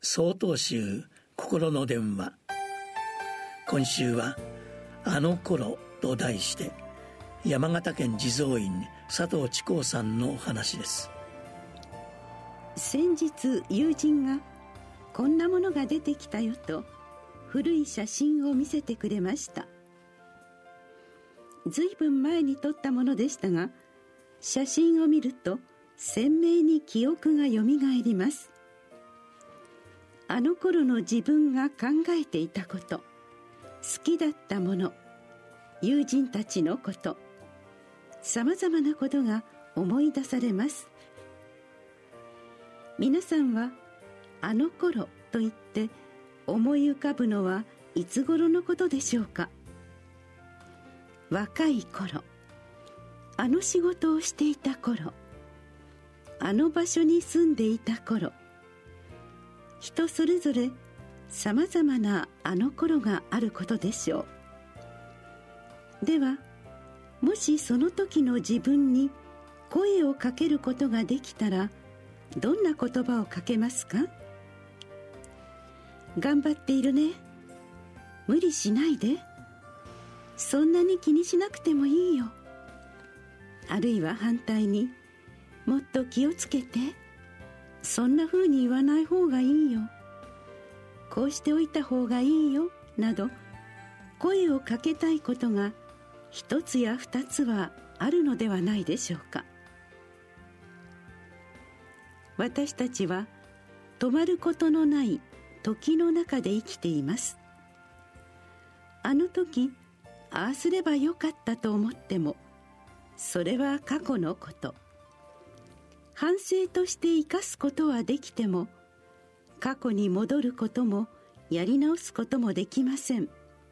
曹洞宗心の電話。今週はあの頃と題して山形県地蔵院佐藤智光さんのお話です。 先日友人がこんなものが出てきたよと古い写真を見せてくれました。ずいぶん前に撮ったものでしたが、写真を見ると鮮明に記憶がよみがえります。あの頃の自分が考えていたこと、好きだったもの、友人たちのこと、さまざまなことが思い出されます。皆さんはあの頃と言って思い浮かぶのはいつ頃のことでしょうか。若い頃、あの仕事をしていた頃、あの場所に住んでいた頃、人それぞれさまざまなあの頃があることでしょう。では、もしその時の自分に声をかけることができたら、どんな言葉をかけますか？頑張っているね。無理しないで。そんなに気にしなくてもいいよ。あるいは反対に、もっと気をつけて。そんな風に言わない方がいいよ。こうしておいた方がいいよ。など、声をかけたいことが一つや二つはあるのではないでしょうか。私たちは止まることのない時の中で生きています。あの時、ああすればよかったと思っても、それは過去のこと。反省として生かすことはできても、過去に戻ることもやり直すこともできません。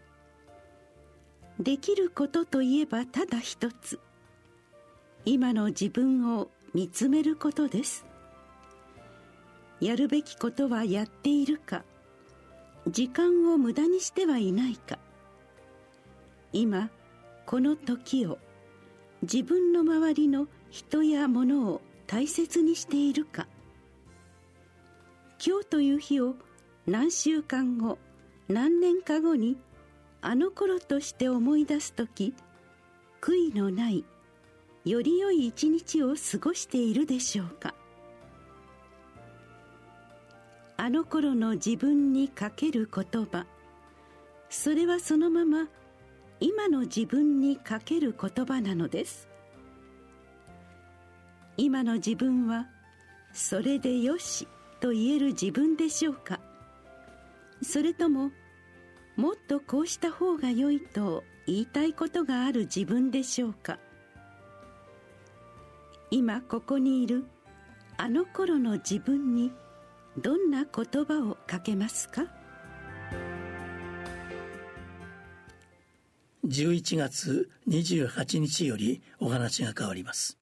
できることといえばただ一つ、今の自分を見つめることです。やるべきことはやっているか、時間を無駄にしてはいないか、今この時を、自分の周りの人や物を大切にしているか、今日という日を何週間後、何年か後にあの頃として思い出すとき、悔いのないより良い一日を過ごしているでしょうか。あの頃の自分にかける言葉、それはそのまま今の自分にかける言葉なのです。今の自分はそれでよしと言える自分でしょうか。それとももっとこうした方が良いと言いたいことがある自分でしょうか。今ここにいるあの頃の自分にどんな言葉をかけますか。 11月28日よりお話が変わります。